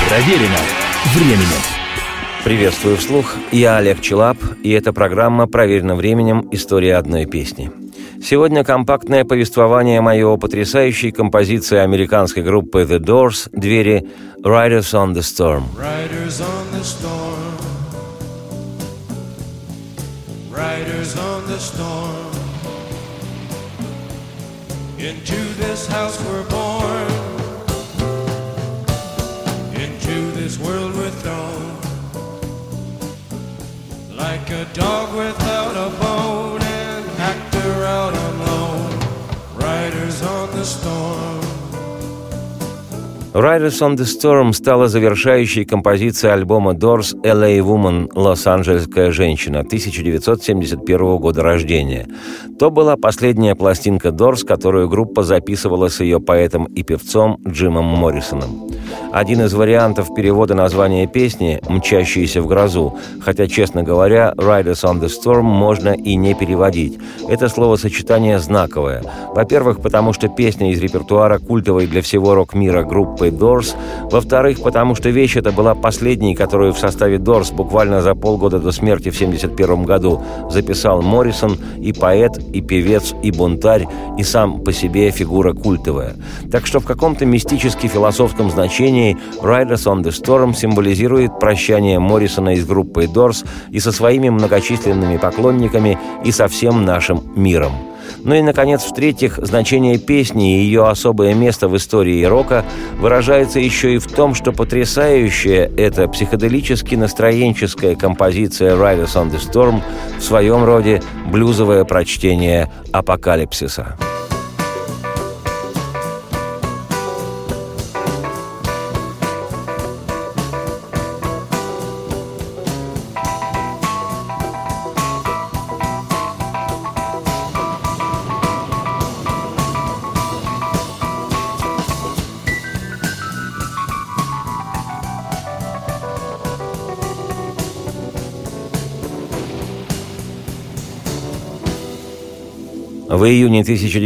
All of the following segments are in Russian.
Проверено временем. Приветствую вслух, я Олег Челап, и эта программа «Проверено временем. История одной песни». Сегодня компактное повествование мое о потрясающей композиции американской группы The Doors «Двери» «Riders on the Storm». Riders on the storm. Riders on the storm. Into this house we're born. Into this world we're thrown. Like a dog without a bone, an actor out alone. Riders on the storm. «Riders on the Storm» стала завершающей композицией альбома Doors «LA Woman» «Лос-Анджелесская женщина» 1971 года рождения. То была последняя пластинка Doors, которую группа записывала с ее поэтом и певцом Джимом Моррисоном. Один из вариантов перевода названия песни «Мчащиеся в грозу», хотя, честно говоря, «Riders on the Storm» можно и не переводить. Это словосочетание знаковое. Во-первых, потому что песня из репертуара культовой для всего рок-мира группы Doors. Во-вторых, потому что вещь эта была последней, которую в составе Doors буквально за полгода до смерти в 1971 году записал Моррисон, и поэт, и певец, и бунтарь, и сам по себе фигура культовая. Так что в каком-то мистически-философском значении «Riders on the Storm» символизирует прощание Моррисона из группы Doors и со своими многочисленными поклонниками, и со всем нашим миром. Ну и, наконец, в-третьих, значение песни и ее особое место в истории рока выражается еще и в том, что потрясающая эта психоделически-настроенческая композиция «Riders on the Storm» в своем роде блюзовое прочтение апокалипсиса. В июне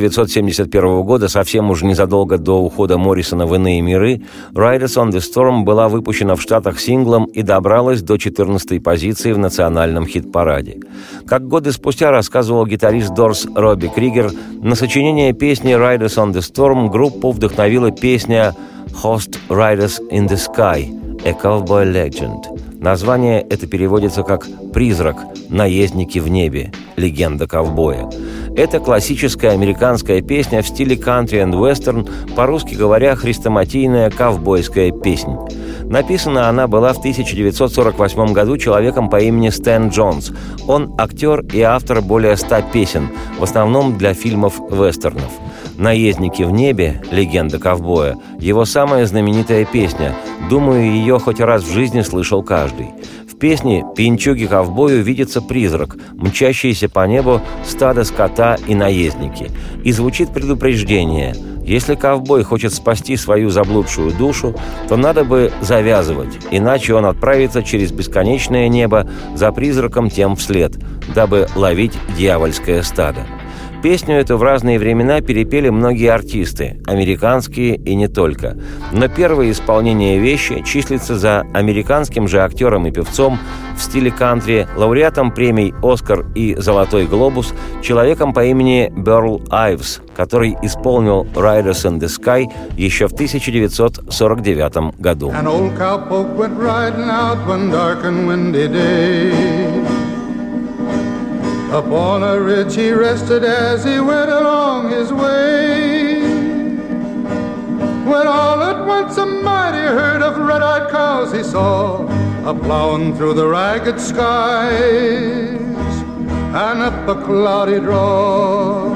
1971 года, совсем уж незадолго до ухода Моррисона в иные миры, «Riders on the Storm» была выпущена в Штатах синглом и добралась до 14-й позиции в национальном хит-параде. Как годы спустя рассказывал гитарист Doors Робби Кригер, на сочинение песни «Riders on the Storm» группу вдохновила песня «Host Riders in the Sky» – «A Cowboy Legend». Название это переводится как «Призрак, наездники в небе, легенда ковбоя». Это классическая американская песня в стиле кантри and вестерн, по-русски говоря, хрестоматийная ковбойская песнь. Написана она была в 1948 году человеком по имени Стэн Джонс. Он актер и автор более 100 песен, в основном для фильмов-вестернов. «Наездники в небе. Легенда ковбоя» – его самая знаменитая песня. Думаю, ее хоть раз в жизни слышал каждый. В песне пьянчуге-ковбою видится призрак, мчащийся по небу стадо скота и наездники. И звучит предупреждение: если ковбой хочет спасти свою заблудшую душу, то надо бы завязывать, иначе он отправится через бесконечное небо за призраком тем вслед, дабы ловить дьявольское стадо. Песню эту в разные времена перепели многие артисты, американские и не только. Но первое исполнение вещи числится за американским же актером и певцом в стиле кантри, лауреатом премий «Оскар» и «Золотой глобус», человеком по имени Берл Айвс, который исполнил «Riders in the Sky» еще в 1949 году. An old cowpoke went riding out one dark and windy day. Upon a ridge he rested as he went along his way, when all at once a mighty herd of red-eyed cows he saw a-plowing through the ragged skies and up a cloudy draw.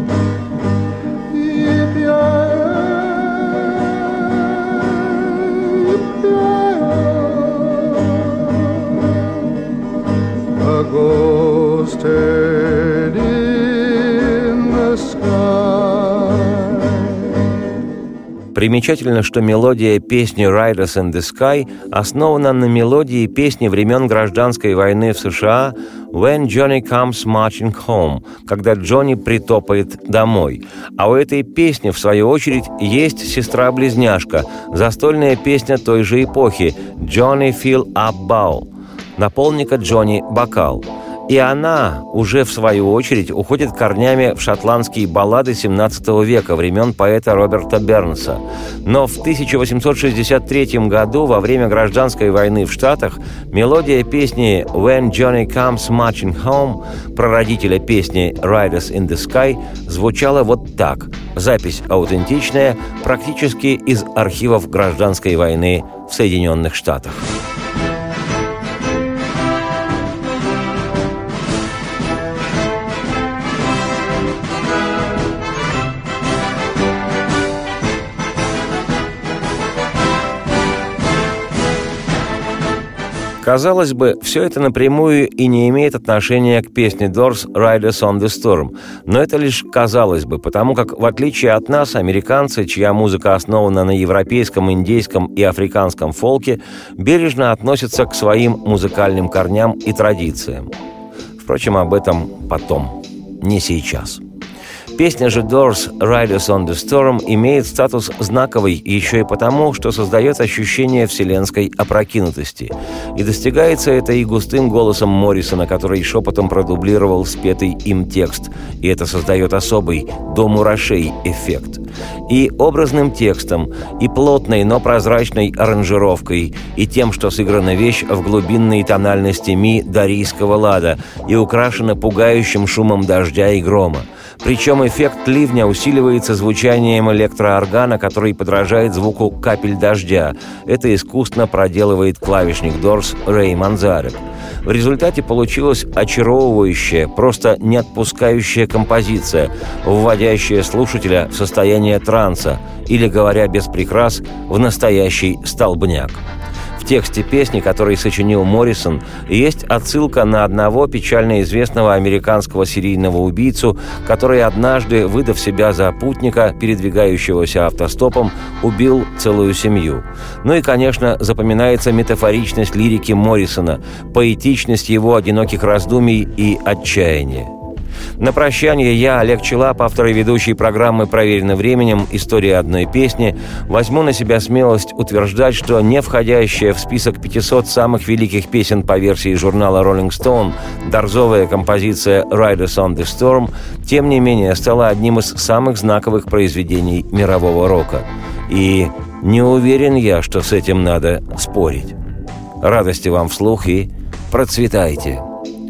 A ghost heard in the sky. Примечательно, что мелодия песни «Riders in the Sky» основана на мелодии песни времен Гражданской войны в США «When Johnny Comes Marching Home», когда Джонни притопает домой. А у этой песни, в свою очередь, есть сестра-близняшка, застольная песня той же эпохи «Johnny Fill Up Bowl», «Наполни-ка, Джонни, бокал». И она уже, в свою очередь, уходит корнями в шотландские баллады XVII века, времен поэта Роберта Бернса. Но в 1863 году, во время Гражданской войны в Штатах, мелодия песни «When Johnny Comes Marching Home», прародителя песни «Riders in the Sky», звучала вот так. Запись аутентичная, практически из архивов Гражданской войны в Соединенных Штатах. Казалось бы, все это напрямую и не имеет отношения к песне Doors «Riders on the Storm». Но это лишь казалось бы, потому как, в отличие от нас, американцы, чья музыка основана на европейском, индейском и африканском фолке, бережно относятся к своим музыкальным корням и традициям. Впрочем, об этом потом, не сейчас. Песня же Doors «Riders on the Storm» имеет статус знаковый еще и потому, что создает ощущение вселенской опрокинутости. И достигается это и густым голосом Моррисона, который шепотом продублировал спетый им текст. И это создает особый, до мурашей эффект. И образным текстом, и плотной, но прозрачной аранжировкой, и тем, что сыграна вещь в глубинной тональности ми дарийского лада и украшена пугающим шумом дождя и грома. Причем эффект ливня усиливается звучанием электрооргана, который подражает звуку капель дождя. Это искусно проделывает клавишник Doors Рэй Манзарек. В результате получилась очаровывающая, просто не отпускающая композиция, вводящая слушателя в состояние транса или, говоря без прикрас, в настоящий столбняк. В тексте песни, который сочинил Моррисон, есть отсылка на одного печально известного американского серийного убийцу, который однажды, выдав себя за путника, передвигающегося автостопом, убил целую семью. Ну и, конечно, запоминается метафоричность лирики Моррисона, поэтичность его одиноких раздумий и отчаяния. На прощание я, Олег Челап, автор и ведущий программы «Проверено временем. История одной песни», возьму на себя смелость утверждать, что не входящая в список 500 самых великих песен по версии журнала Rolling Stone дорзовая композиция «Riders on the Storm» тем не менее стала одним из самых знаковых произведений мирового рока. И не уверен я, что с этим надо спорить. Радости вам вслух и процветайте!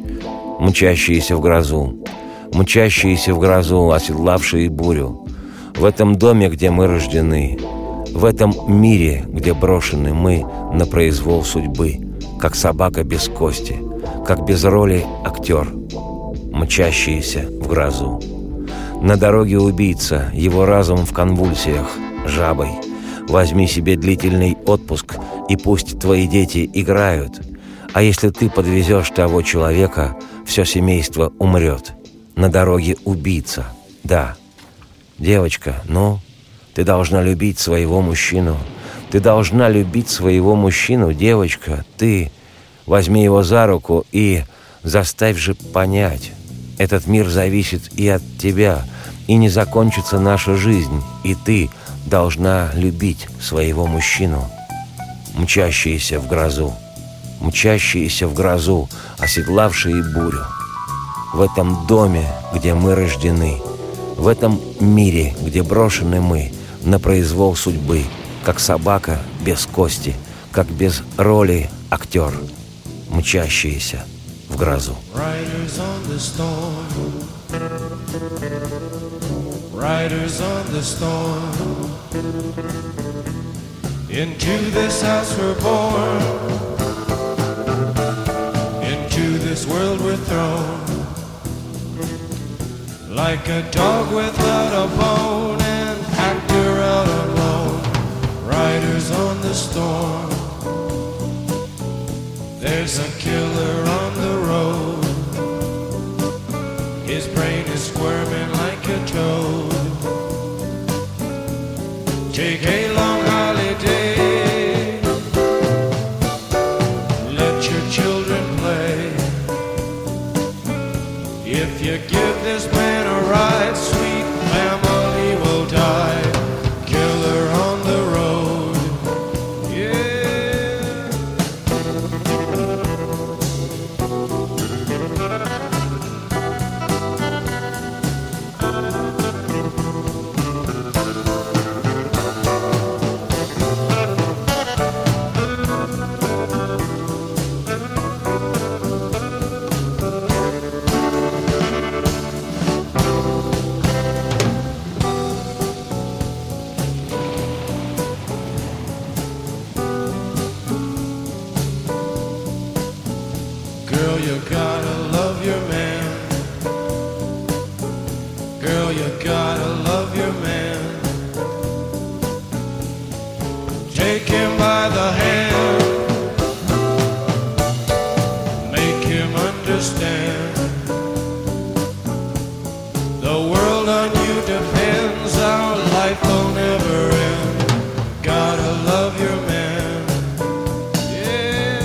Мчащиеся в грозу, мчащиеся в грозу, оседлавшие бурю. В этом доме, где мы рождены, в этом мире, где брошены мы на произвол судьбы, как собака без кости, как без роли актер, мчащиеся в грозу. На дороге убийца, его разум в конвульсиях, жабой. Возьми себе длительный отпуск, и пусть твои дети играют. А если ты подвезешь того человека, все семейство умрет. На дороге убийца, да. Девочка, ты должна любить своего мужчину. Ты должна любить своего мужчину, девочка. Ты возьми его за руку и заставь же понять. Этот мир зависит и от тебя, и не закончится наша жизнь. И ты должна любить своего мужчину. Мчащиеся в грозу. Мчащиеся в грозу, оседлавшие бурю. В этом доме, где мы рождены, в этом мире, где брошены мы на произвол судьбы, как собака без кости, как без роли актер, мчащиеся в грозу. Riders on the storm, riders on the storm. Into this house we're born, into this world we're thrown. Like a dog without a bone, an actor out alone. Riders on the storm. There's a killer on the road. His brain is squirming like a toad. Take a long holiday. Let your children play. If you give this man a ride, sweet family will die. Killer on the road. Yeah. Girl, you gotta love your man. Girl, you gotta love your man. Take him by the hand. Make him understand. The world on you depends. Our life will never end. Gotta love your man. Yeah.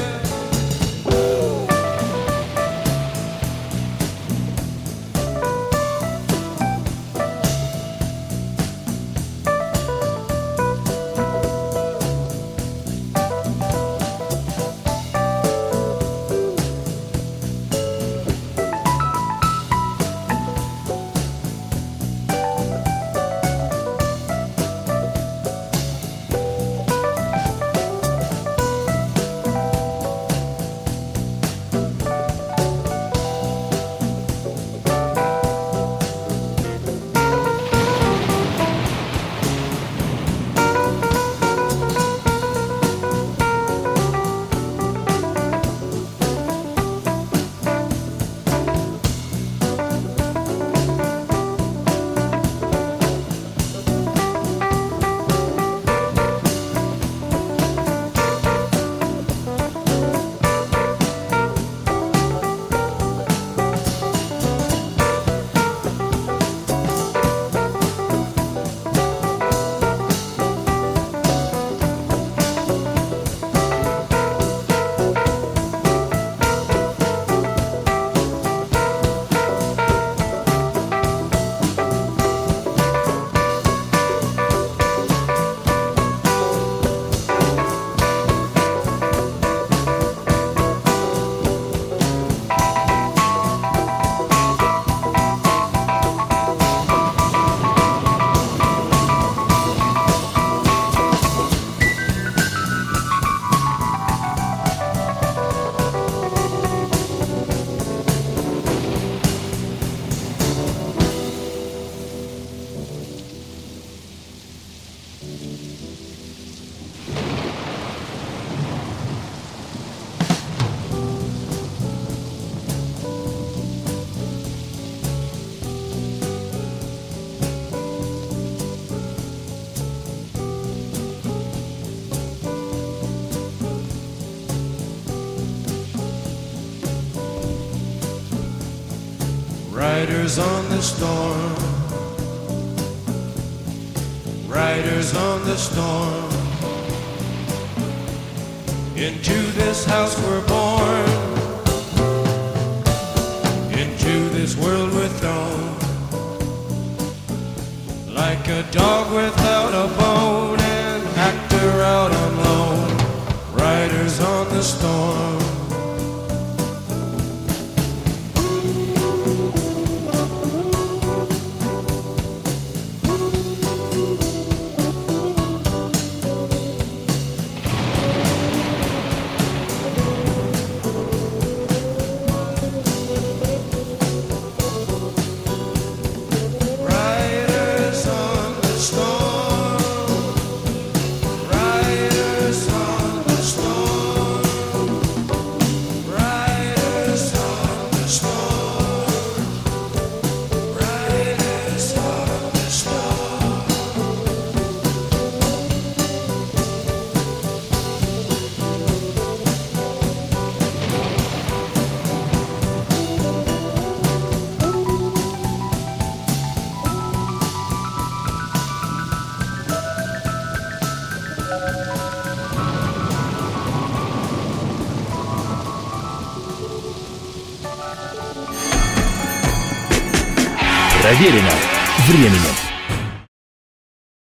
Riders on the storm. Riders on the storm. Into this house we're born. Into this world we're thrown. Like a dog without a bone, an actor out on loan. Riders on the storm. Riders on the storm. Riders on the storm. Проверено временем.